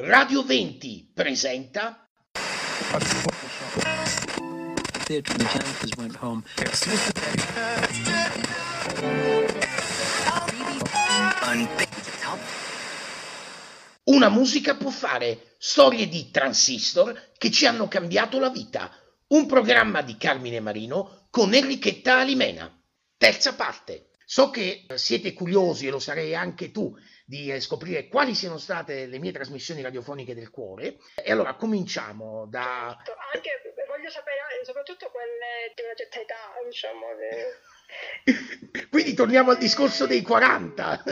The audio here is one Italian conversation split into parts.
Radio 20 presenta Una musica può fare, storie di transistor che ci hanno cambiato la vita. Un programma di Carmine Marino con Enrichetta Alimena. Terza parte. So che siete curiosi, e lo sarei anche tu, di scoprire quali siano state le mie trasmissioni radiofoniche del cuore. E allora cominciamo da... Certo, anche voglio sapere soprattutto quelle di una certa età, diciamo. Quindi torniamo al discorso dei 40.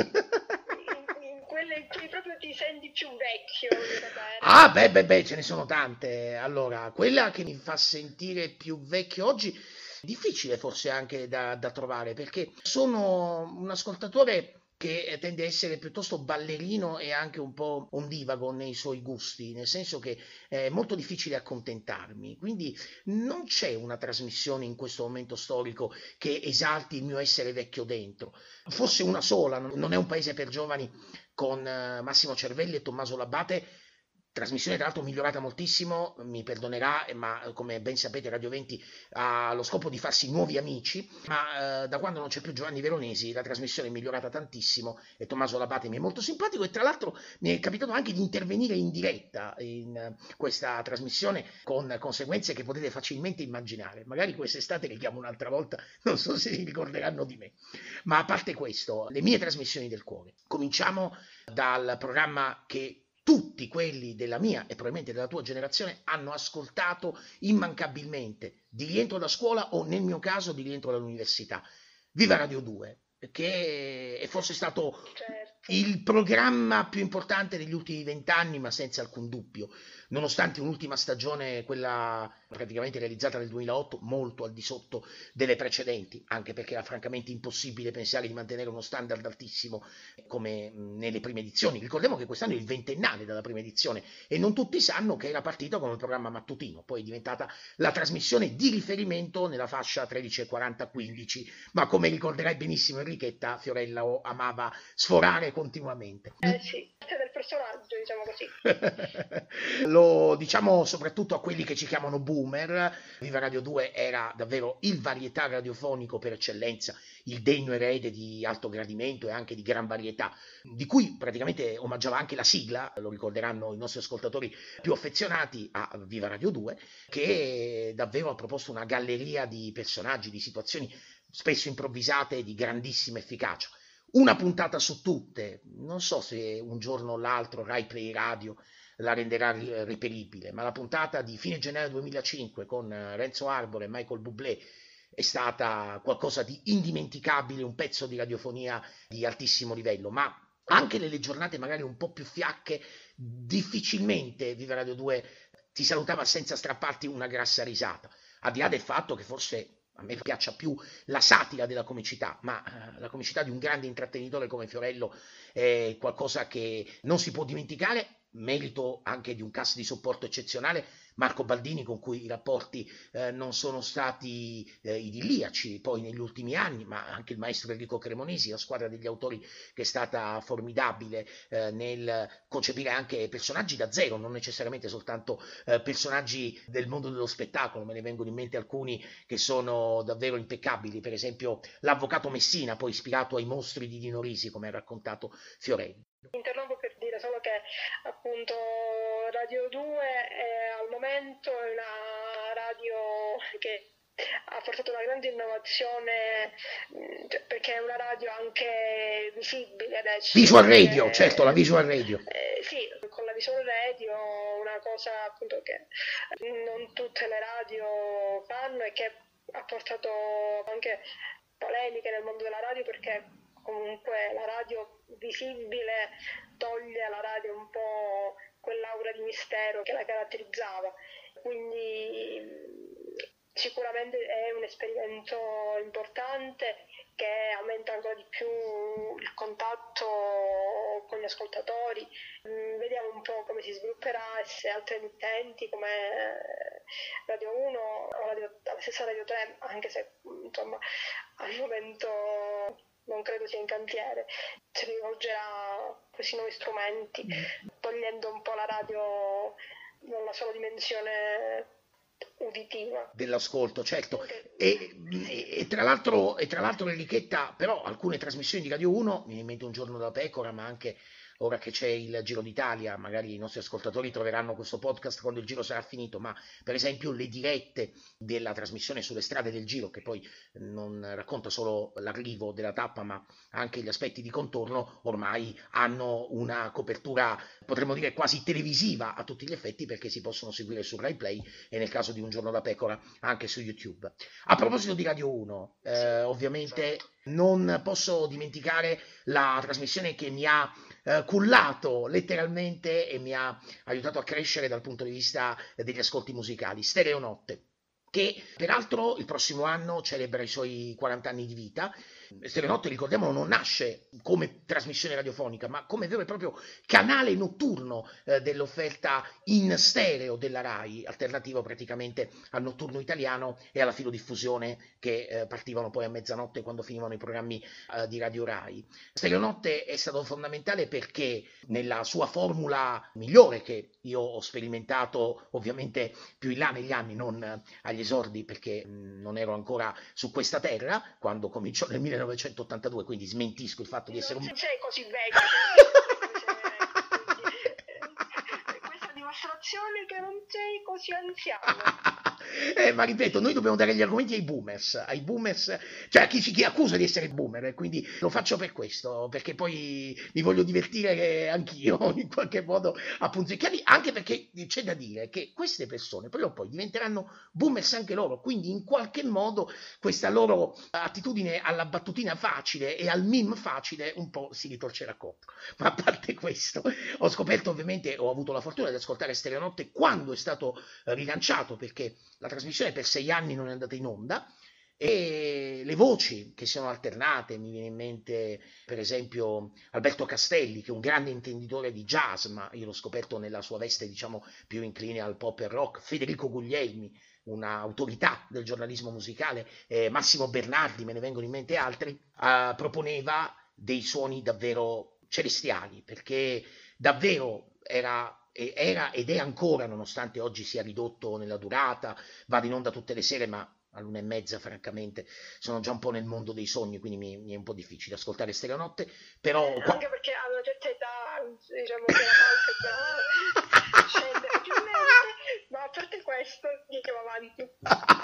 In quelle in cui proprio ti senti più vecchio. Ah, beh, ce ne sono tante. Allora, quella che mi fa sentire più vecchio oggi, difficile forse anche da trovare, perché sono un ascoltatore che tende a essere piuttosto ballerino e anche un po' ondivago nei suoi gusti, nel senso che è molto difficile accontentarmi, quindi non c'è una trasmissione in questo momento storico che esalti il mio essere vecchio dentro. Forse una sola, non è un paese per giovani, con Massimo Cervelli e Tommaso Labbate, trasmissione tra l'altro migliorata moltissimo, mi perdonerà, ma come ben sapete Radio 20 ha lo scopo di farsi nuovi amici, ma da quando non c'è più Giovanni Veronesi la trasmissione è migliorata tantissimo e Tommaso Labbate mi è molto simpatico e tra l'altro mi è capitato anche di intervenire in diretta in questa trasmissione con conseguenze che potete facilmente immaginare. Magari quest'estate le chiamo un'altra volta, non so se si ricorderanno di me. Ma a parte questo, le mie trasmissioni del cuore. Cominciamo dal programma che tutti quelli della mia e probabilmente della tua generazione hanno ascoltato immancabilmente di rientro da scuola o nel mio caso di rientro dall'università. Viva Radio 2, che è forse stato il programma più importante degli ultimi 20 anni, ma senza alcun dubbio, nonostante un'ultima stagione, quella praticamente realizzata nel 2008, molto al di sotto delle precedenti, anche perché era francamente impossibile pensare di mantenere uno standard altissimo come nelle prime edizioni. Ricordiamo che quest'anno è il ventennale dalla prima edizione e non tutti sanno che era partita come programma mattutino, poi è diventata la trasmissione di riferimento nella fascia 13:40-15, ma come ricorderai benissimo Enrichetta, Fiorella amava sforare continuamente. Sì, del personaggio, diciamo così. Lo diciamo soprattutto a quelli che ci chiamano boomer. Viva Radio 2 era davvero il varietà radiofonico per eccellenza, il degno erede di alto gradimento e anche di gran varietà, di cui praticamente omaggiava anche la sigla, lo ricorderanno i nostri ascoltatori più affezionati a Viva Radio 2, che davvero ha proposto una galleria di personaggi, di situazioni spesso improvvisate di grandissima efficacia. Una puntata su tutte, non so se un giorno o l'altro Rai Play Radio la renderà reperibile, ma la puntata di fine gennaio 2005 con Renzo Arbore e Michael Bublé è stata qualcosa di indimenticabile, un pezzo di radiofonia di altissimo livello, ma anche nelle giornate magari un po' più fiacche, difficilmente Viva Radio 2 ti salutava senza strapparti una grassa risata, al di là del fatto che forse a me piaccia più la satira della comicità, ma la comicità di un grande intrattenitore come Fiorello è qualcosa che non si può dimenticare, merito anche di un cast di supporto eccezionale, Marco Baldini con cui i rapporti non sono stati idilliaci poi negli ultimi anni, ma anche il maestro Enrico Cremonesi, la squadra degli autori che è stata formidabile nel concepire anche personaggi da zero, non necessariamente soltanto personaggi del mondo dello spettacolo, me ne vengono in mente alcuni che sono davvero impeccabili, per esempio l'avvocato Messina, poi ispirato ai mostri di Dino Risi, come ha raccontato Fiorello. Interrompo per dire solo che appunto Radio 2 al momento è una radio che ha portato una grande innovazione, perché è una radio anche visibile adesso. Visual radio, certo, la visual radio. Sì, con la visual radio una cosa appunto che non tutte le radio fanno e che ha portato anche polemiche nel mondo della radio, perché comunque la radio visibile toglie alla radio un po' quell'aura di mistero che la caratterizzava, quindi sicuramente è un esperimento importante che aumenta ancora di più il contatto con gli ascoltatori. Vediamo un po' come si svilupperà e se altre emittenti come Radio 1 o la stessa Radio 3, anche se insomma al momento non credo sia in cantiere, si rivolgerà a questi nuovi strumenti. togliendo un po' la radio nella sola dimensione uditiva dell'ascolto, certo. E tra l'altro, Enrichetta, però alcune trasmissioni di Radio 1, mi viene in mente Un giorno da pecora, ma anche ora che c'è il Giro d'Italia, magari i nostri ascoltatori troveranno questo podcast quando il Giro sarà finito, ma per esempio le dirette della trasmissione sulle strade del Giro, che poi non racconta solo l'arrivo della tappa, ma anche gli aspetti di contorno, ormai hanno una copertura, potremmo dire, quasi televisiva a tutti gli effetti, perché si possono seguire su Rai Play e nel caso di Un giorno da pecora anche su YouTube. A proposito di Radio 1, ovviamente non posso dimenticare la trasmissione che mi ha cullato letteralmente e mi ha aiutato a crescere dal punto di vista degli ascolti musicali, Stereonotte, che peraltro il prossimo anno celebra i suoi 40 anni di vita. Stereonotte, ricordiamolo, non nasce come trasmissione radiofonica, ma come vero e proprio canale notturno dell'offerta in stereo della RAI, alternativo praticamente al notturno italiano e alla filodiffusione che partivano poi a mezzanotte quando finivano i programmi di Radio RAI. Stereonotte è stato fondamentale perché nella sua formula migliore, che io ho sperimentato ovviamente più in là negli anni, non agli esordi perché non ero ancora su questa terra quando cominciò nel 1982, quindi smentisco il fatto di essere non sei così vecchio. Questa dimostrazione che non sei così anziano. Ma ripeto, noi dobbiamo dare gli argomenti ai boomers, cioè a chi accusa di essere boomer, quindi lo faccio per questo, perché poi mi voglio divertire anch'io in qualche modo a punzecchiarli, anche perché c'è da dire che queste persone prima o poi diventeranno boomers anche loro, quindi in qualche modo questa loro attitudine alla battutina facile e al meme facile un po' si ritorcerà contro. Ma a parte questo, ho scoperto ovviamente, ho avuto la fortuna di ascoltare Stereonotte quando è stato rilanciato, perché la trasmissione per 6 anni non è andata in onda e le voci che sono alternate, mi viene in mente per esempio Alberto Castelli, che è un grande intenditore di jazz, ma io l'ho scoperto nella sua veste diciamo più incline al pop e al rock, Federico Guglielmi, un'autorità del giornalismo musicale, Massimo Bernardi, me ne vengono in mente altri, proponeva dei suoni davvero celestiali, perché davvero era ed è ancora, nonostante oggi sia ridotto nella durata, vado in onda tutte le sere, ma all'1:30 francamente sono già un po' nel mondo dei sogni, quindi mi è un po' difficile ascoltare Stereonotte, però anche perché a una certa età diciamo che la pausa scende facilmente, ma a parte questo andiamo avanti.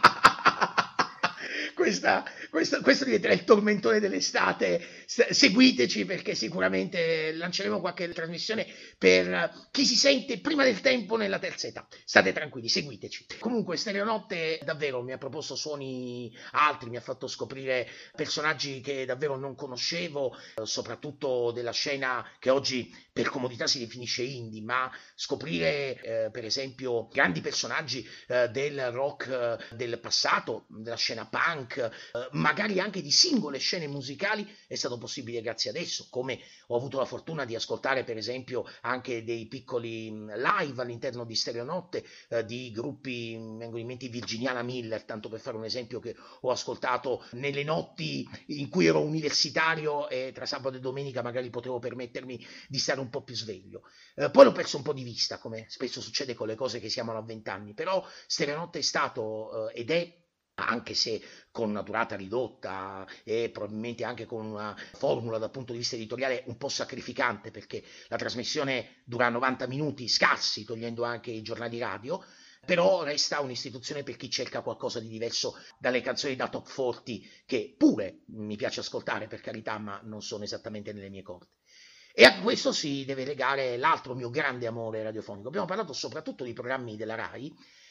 Questo diventerà il tormentone dell'estate. Seguiteci, perché sicuramente lanceremo qualche trasmissione per chi si sente prima del tempo nella terza età. State tranquilli, seguiteci. Comunque Stereonotte davvero mi ha proposto suoni altri, mi ha fatto scoprire personaggi che davvero non conoscevo, soprattutto della scena che oggi per comodità si definisce indie, ma scoprire per esempio grandi personaggi del rock del passato, della scena punk, magari anche di singole scene musicali, è stato possibile grazie ad esso, come ho avuto la fortuna di ascoltare per esempio anche dei piccoli live all'interno di Stereonotte di gruppi, mi vengono in mente Virginiana Miller, tanto per fare un esempio, che ho ascoltato nelle notti in cui ero universitario e tra sabato e domenica magari potevo permettermi di stare un po' più sveglio. Poi l'ho perso un po' di vista, come spesso succede con le cose che si amano a 20 anni, però Stereonotte è stato ed è, anche se con una durata ridotta e probabilmente anche con una formula dal punto di vista editoriale un po' sacrificante, perché la trasmissione dura 90 minuti scarsi, togliendo anche i giornali radio, però resta un'istituzione per chi cerca qualcosa di diverso dalle canzoni da top 40, che pure mi piace ascoltare per carità, ma non sono esattamente nelle mie corde. E a questo si deve legare l'altro mio grande amore radiofonico. Abbiamo parlato soprattutto di programmi della RAI,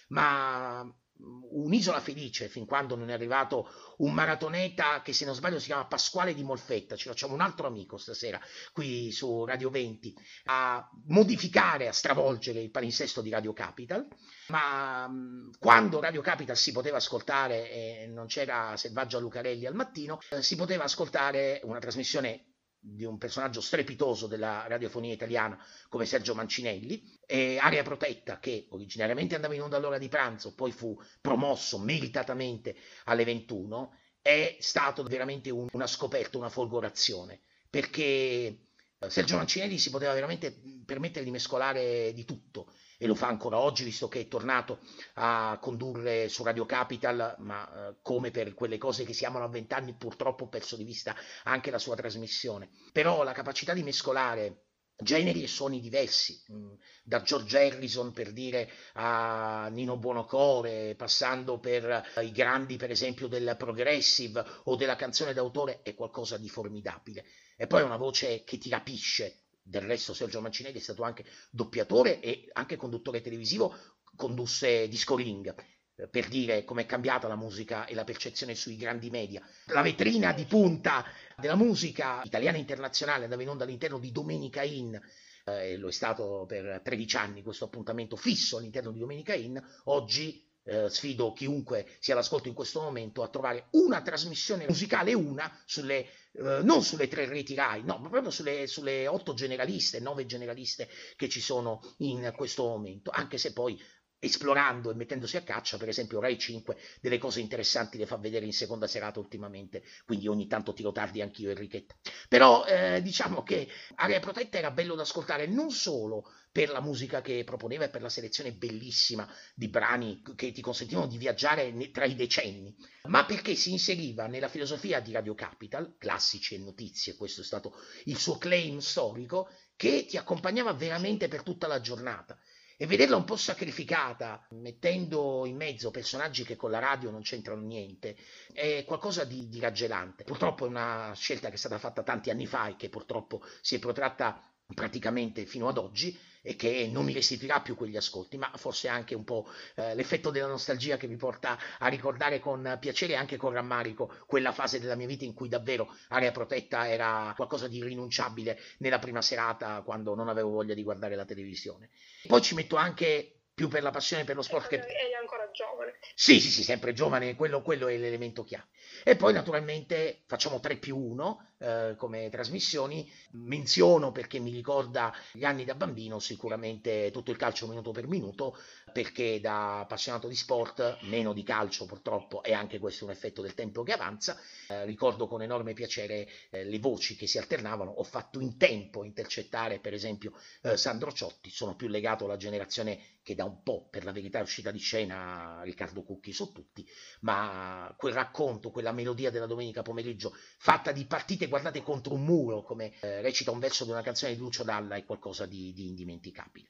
ma Un'isola felice, fin quando non è arrivato un maratoneta che, se non sbaglio, si chiama Pasquale di Molfetta, ci facciamo un altro amico stasera qui su Radio 20 a modificare, a stravolgere il palinsesto di Radio Capital, ma quando Radio Capital si poteva ascoltare e non c'era Selvaggia Lucarelli al mattino, si poteva ascoltare una trasmissione di un personaggio strepitoso della radiofonia italiana come Sergio Mancinelli, e Area Protetta, che originariamente andava in onda all'ora di pranzo, poi fu promosso meritatamente alle 21, è stato veramente una scoperta, una folgorazione, perché Sergio Mancinelli si poteva veramente permettere di mescolare di tutto e lo fa ancora oggi, visto che è tornato a condurre su Radio Capital, ma come per quelle cose che si amano a 20 anni, purtroppo ho perso di vista anche la sua trasmissione. Però la capacità di mescolare generi e suoni diversi, da George Harrison per dire a Nino Buonocore, passando per i grandi per esempio del progressive o della canzone d'autore, è qualcosa di formidabile. E poi è una voce che ti rapisce. Del resto Sergio Mancinelli è stato anche doppiatore e anche conduttore televisivo, condusse Disco Ring, per dire com'è cambiata la musica e la percezione sui grandi media. La vetrina di punta della musica italiana e internazionale andava in onda all'interno di Domenica In, lo è stato per 13 anni questo appuntamento fisso all'interno di Domenica In. Oggi sfido chiunque sia all'ascolto in questo momento a trovare una trasmissione musicale, non sulle 3 reti Rai, no, ma proprio sulle 8 generaliste, 9 generaliste che ci sono in questo momento, anche se poi esplorando e mettendosi a caccia, per esempio Rai 5 delle cose interessanti le fa vedere in seconda serata ultimamente, quindi ogni tanto tiro tardi anch'io Enrichetta. Però diciamo che Area Protetta era bello da ascoltare non solo per la musica che proponeva e per la selezione bellissima di brani che ti consentivano di viaggiare tra i decenni, ma perché si inseriva nella filosofia di Radio Capital, classici e notizie, questo è stato il suo claim storico, che ti accompagnava veramente per tutta la giornata. E vederla un po' sacrificata, mettendo in mezzo personaggi che con la radio non c'entrano niente, è qualcosa di raggelante. Purtroppo è una scelta che è stata fatta tanti anni fa e che purtroppo si è protratta praticamente fino ad oggi e che non mi restituirà più quegli ascolti, ma forse anche un po' l'effetto della nostalgia che mi porta a ricordare con piacere e anche con rammarico quella fase della mia vita in cui davvero Area Protetta era qualcosa di irrinunciabile nella prima serata, quando non avevo voglia di guardare la televisione. Poi ci metto anche più per la passione per lo sport che... Eri ancora giovane. Sì, sempre giovane, quello è l'elemento chiave. E poi naturalmente facciamo 3+1 come trasmissioni. Menziono, perché mi ricorda gli anni da bambino, sicuramente Tutto il calcio minuto per minuto, perché da appassionato di sport, meno di calcio purtroppo, e anche questo è un effetto del tempo che avanza, ricordo con enorme piacere le voci che si alternavano. Ho fatto in tempo a intercettare per esempio Sandro Ciotti, sono più legato alla generazione che da un po' per la verità è uscita di scena, Riccardo Cucchi su tutti, ma quel racconto, quella melodia della domenica pomeriggio fatta di partite guardate contro un muro, come recita un verso di una canzone di Lucio Dalla, è qualcosa di indimenticabile.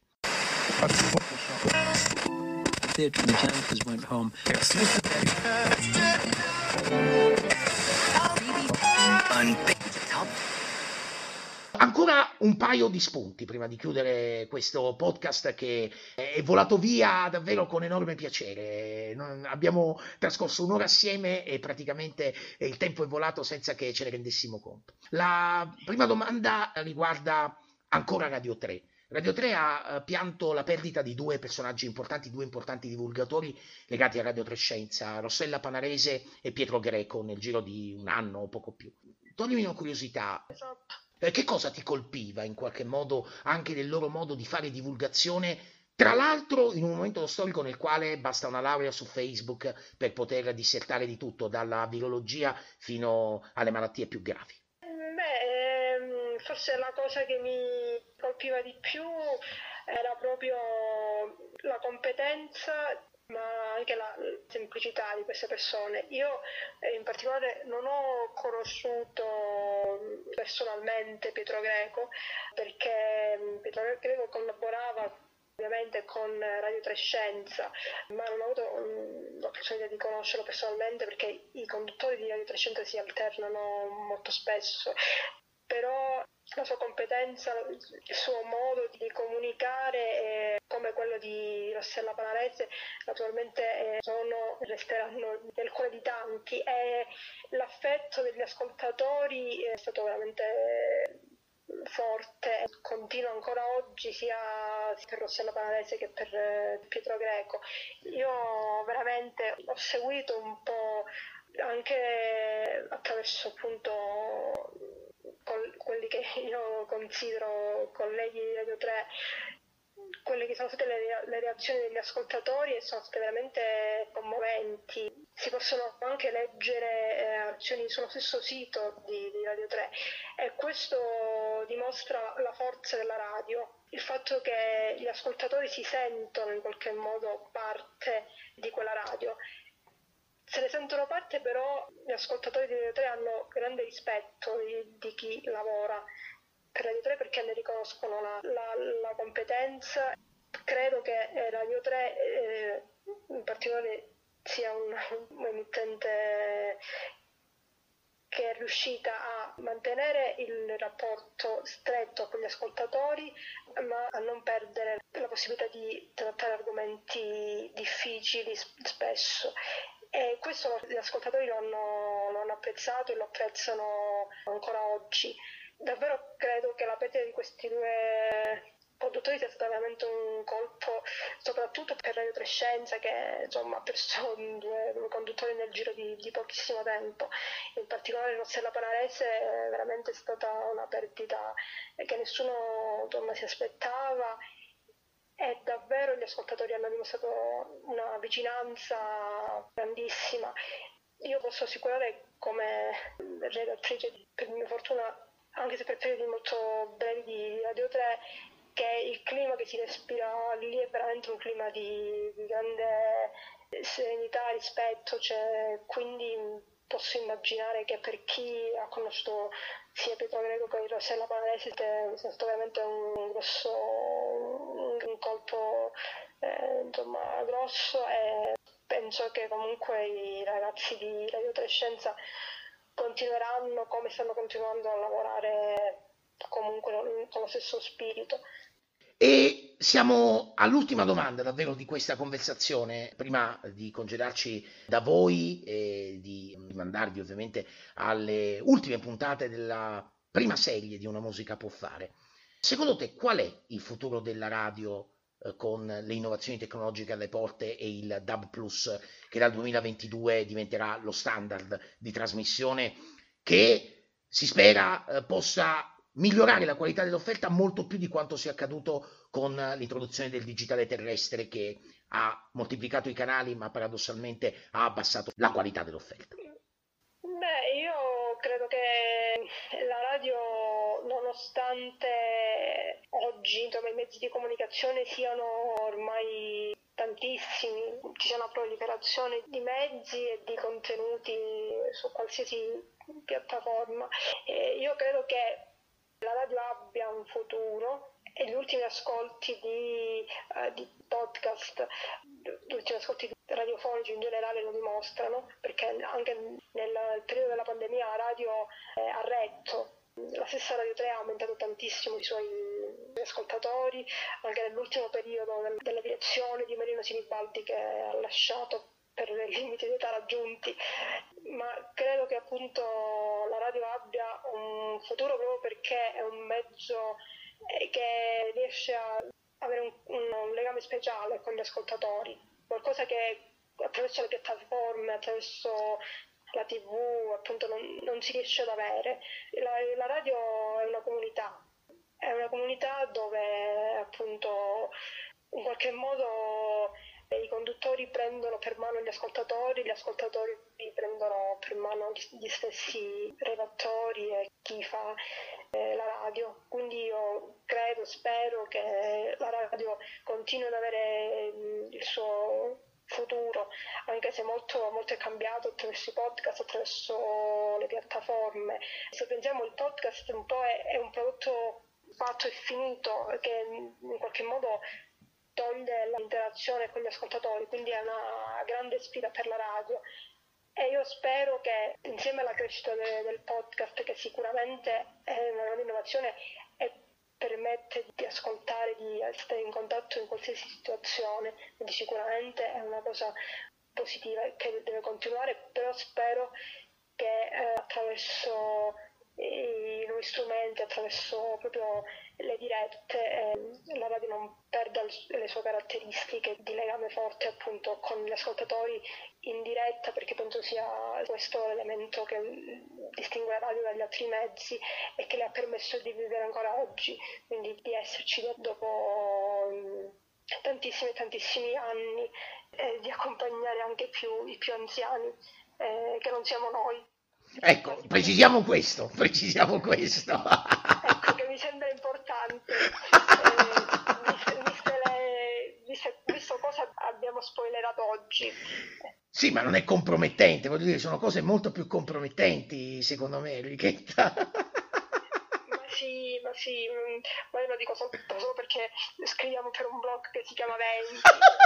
Ancora un paio di spunti prima di chiudere questo podcast che è volato via davvero con enorme piacere. Abbiamo trascorso un'ora assieme e praticamente il tempo è volato senza che ce ne rendessimo conto. La prima domanda riguarda ancora Radio 3. Radio 3 ha pianto la perdita di due personaggi importanti, due importanti divulgatori legati a Radio 3 Scienza, Rossella Panarese e Pietro Greco, nel giro di un anno o poco più. Toglimi una curiosità. Esatto. Che cosa ti colpiva in qualche modo anche del loro modo di fare divulgazione, tra l'altro in un momento storico nel quale basta una laurea su Facebook per poter dissertare di tutto, dalla virologia fino alle malattie più gravi? Forse la cosa che mi colpiva di più era proprio la competenza, ma anche la semplicità di queste persone. Io in particolare non ho conosciuto personalmente Pietro Greco, perché Pietro Greco collaborava ovviamente con Radio 3 Scienza, ma non ho avuto l'opportunità di conoscerlo personalmente perché i conduttori di Radio 3 Scienza si alternano molto spesso. Però la sua competenza, il suo modo di comunicare, come quello di Rossella Panarese, naturalmente resteranno nel cuore di tanti, e l'affetto degli ascoltatori è stato veramente forte, continua ancora oggi sia per Rossella Panarese che per Pietro Greco. Io veramente ho seguito un po' anche attraverso appunto quelli che io considero colleghi di Radio 3, quelle che sono state le reazioni degli ascoltatori, e sono state veramente commoventi. si possono anche leggere azioni sullo stesso sito di Radio 3 e questo dimostra la forza della radio, il fatto che gli ascoltatori si sentono in qualche modo parte di quella radio. Se ne sentono parte, però gli ascoltatori di Radio 3 hanno grande rispetto di chi lavora per Radio 3 perché ne riconoscono la competenza. Credo che Radio 3 in particolare sia un emittente che è riuscita a mantenere il rapporto stretto con gli ascoltatori, ma a non perdere la possibilità di trattare argomenti difficili spesso. E questo gli ascoltatori lo hanno apprezzato e lo apprezzano ancora oggi. Davvero credo che la perdita di questi due produttori sia stato veramente un colpo, soprattutto per Radio Trescenza, che insomma ha perso due conduttori nel giro di pochissimo tempo. In particolare Rossella Panarese è veramente stata una perdita che nessuno insomma, si aspettava, e davvero gli ascoltatori hanno dimostrato una vicinanza grandissima. Io posso assicurare come redattrice, per mia fortuna, anche se per periodi molto brevi di Radio 3, che il clima che si respira lì è veramente un clima di grande serenità, rispetto, quindi posso immaginare che per chi ha conosciuto sia Pietro Greco che Rossella Panarese sia stato veramente un colpo insomma grosso, e penso che comunque i ragazzi di Radio Trescenza continueranno, come stanno continuando a lavorare, comunque con lo stesso spirito. E siamo all'ultima domanda davvero di questa conversazione, prima di congedarci da voi e di mandarvi ovviamente alle ultime puntate della prima serie di Una musica può fare. Secondo te qual è il futuro della radio con le innovazioni tecnologiche alle porte e il DAB+, che dal 2022 diventerà lo standard di trasmissione che si spera possa migliorare la qualità dell'offerta molto più di quanto sia accaduto con l'introduzione del digitale terrestre, che ha moltiplicato i canali ma paradossalmente ha abbassato la qualità dell'offerta? Beh, io credo che la radio, nonostante oggi insomma, i mezzi di comunicazione siano ormai tantissimi, ci sia una proliferazione di mezzi e di contenuti su qualsiasi piattaforma, io credo che la radio abbia un futuro, e gli ultimi ascolti di podcast, gli ultimi ascolti radiofonici in generale lo dimostrano, perché anche nel periodo della pandemia la radio ha retto. La stessa Radio 3 ha aumentato tantissimo i suoi ascoltatori, anche nell'ultimo periodo della direzione di Marino Sinibaldi, che ha lasciato per i limiti di età raggiunti, ma credo che appunto la radio abbia un futuro proprio perché è un mezzo che riesce a avere un legame speciale con gli ascoltatori, qualcosa che attraverso le piattaforme, attraverso la TV appunto non si riesce ad avere. La radio è una comunità dove appunto in qualche modo i conduttori prendono per mano gli ascoltatori prendono per mano gli stessi redattori e chi fa la radio. Quindi io credo, spero che la radio continui ad avere il suo futuro, anche se molto è cambiato attraverso i podcast, attraverso le piattaforme. Se pensiamo, il podcast un po' è un prodotto fatto e finito, che in qualche modo toglie l'interazione con gli ascoltatori, quindi è una grande sfida per la radio. E io spero che insieme alla crescita del podcast, che sicuramente è una grande innovazione e permette di ascoltare, di essere in contatto in qualsiasi situazione, quindi sicuramente è una cosa positiva che deve continuare, però spero che attraverso i nuovi strumenti, attraverso proprio le dirette, la radio non perda le sue caratteristiche di legame forte appunto con gli ascoltatori in diretta, perché penso sia questo l'elemento che distingue la radio dagli altri mezzi e che le ha permesso di vivere ancora oggi, quindi di esserci dopo tanti tantissimi tantissimi anni, di accompagnare anche i più anziani, che non siamo noi. Ecco, precisiamo questo. Ecco, che mi sembra importante, visto cosa abbiamo spoilerato oggi. Sì, ma non è compromettente, voglio dire, sono cose molto più compromettenti, secondo me, Enrichetta. Ma sì, ma io lo dico solo perché scriviamo per un blog che si chiama 20,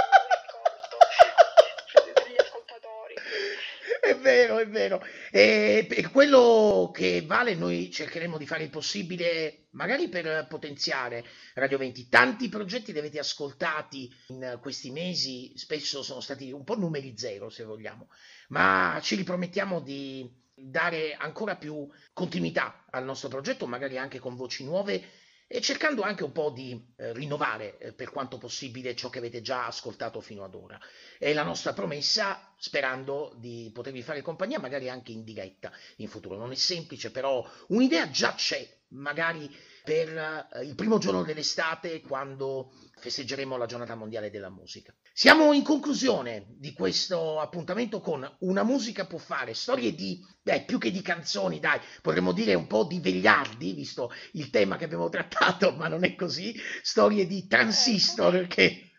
per gli ascoltatori. È vero, è vero. E per quello che vale, noi cercheremo di fare il possibile, magari per potenziare Radio 20. Tanti progetti li avete ascoltati in questi mesi, spesso sono stati un po' numeri zero, se vogliamo, ma ci ripromettiamo di dare ancora più continuità al nostro progetto, magari anche con voci nuove e cercando anche un po' di rinnovare per quanto possibile ciò che avete già ascoltato fino ad ora. È la nostra promessa, sperando di potervi fare compagnia, magari anche in diretta in futuro. Non è semplice, però un'idea già c'è, magari per il primo giorno dell'estate, quando festeggeremo la giornata mondiale della musica. Siamo in conclusione di questo appuntamento con Una musica può fare, storie di, più che di canzoni, dai, potremmo dire un po' di vegliardi, visto il tema che abbiamo trattato, ma non è così, storie di transistor che...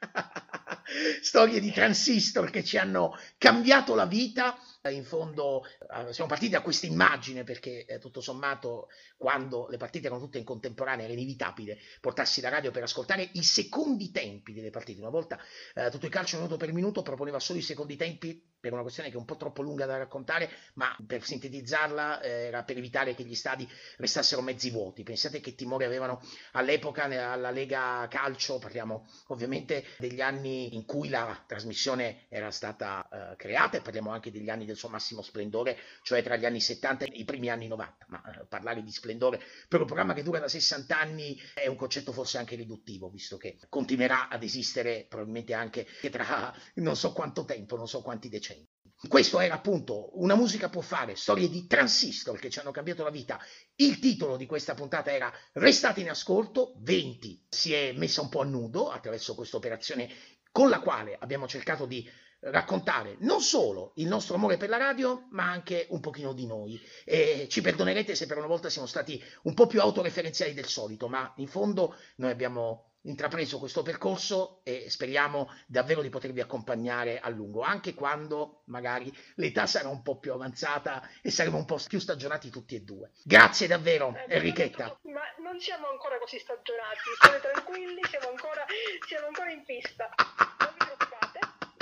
storie di transistor che ci hanno cambiato la vita. In fondo siamo partiti da questa immagine perché tutto sommato quando le partite erano tutte in contemporanea era inevitabile portarsi la radio per ascoltare i secondi tempi delle partite. Una volta tutto il calcio minuto per minuto proponeva solo i secondi tempi per una questione che è un po' troppo lunga da raccontare, ma per sintetizzarla era per evitare che gli stadi restassero mezzi vuoti. Pensate che timore avevano all'epoca alla Lega Calcio, parliamo ovviamente degli anni in cui la trasmissione era stata creata e parliamo anche degli anni del suo massimo splendore, cioè tra gli anni 70 e i primi anni 90, ma parlare di splendore per un programma che dura da 60 anni è un concetto forse anche riduttivo, visto che continuerà ad esistere probabilmente anche tra non so quanto tempo, non so quanti decenni. Questo era appunto Una musica può fare, storie di transistor che ci hanno cambiato la vita. Il titolo di questa puntata era Restate in ascolto, 20 si è messa un po' a nudo attraverso questa operazione con la quale abbiamo cercato di raccontare non solo il nostro amore per la radio, ma anche un pochino di noi. E ci perdonerete se per una volta siamo stati un po' più autoreferenziali del solito, ma in fondo noi abbiamo intrapreso questo percorso e speriamo davvero di potervi accompagnare a lungo, anche quando magari l'età sarà un po' più avanzata e saremo un po' più stagionati tutti e due. Grazie davvero, Enrichetta. Ma non siamo ancora così stagionati, state tranquilli, siamo ancora in pista. Non vi preoccupate.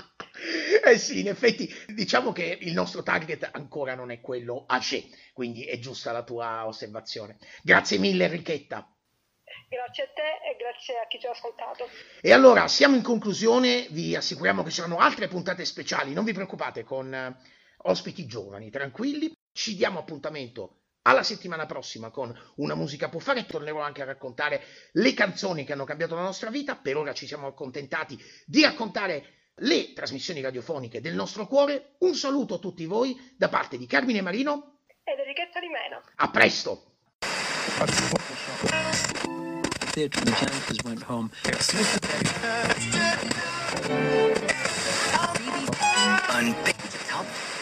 Eh sì, in effetti diciamo che il nostro target ancora non è quello âgé, quindi è giusta la tua osservazione. Grazie mille, Enrichetta. Grazie a te e grazie a chi ci ha ascoltato. E allora, siamo in conclusione, vi assicuriamo che ci saranno altre puntate speciali, non vi preoccupate, con ospiti giovani, tranquilli. Ci diamo appuntamento alla settimana prossima con Una musica può fare, tornerò anche a raccontare le canzoni che hanno cambiato la nostra vita. Per ora ci siamo accontentati di raccontare le trasmissioni radiofoniche del nostro cuore. Un saluto a tutti voi da parte di Carmine Marino ed Enrichetta Di Mena. A presto! The Janitors went home. Unpicked top.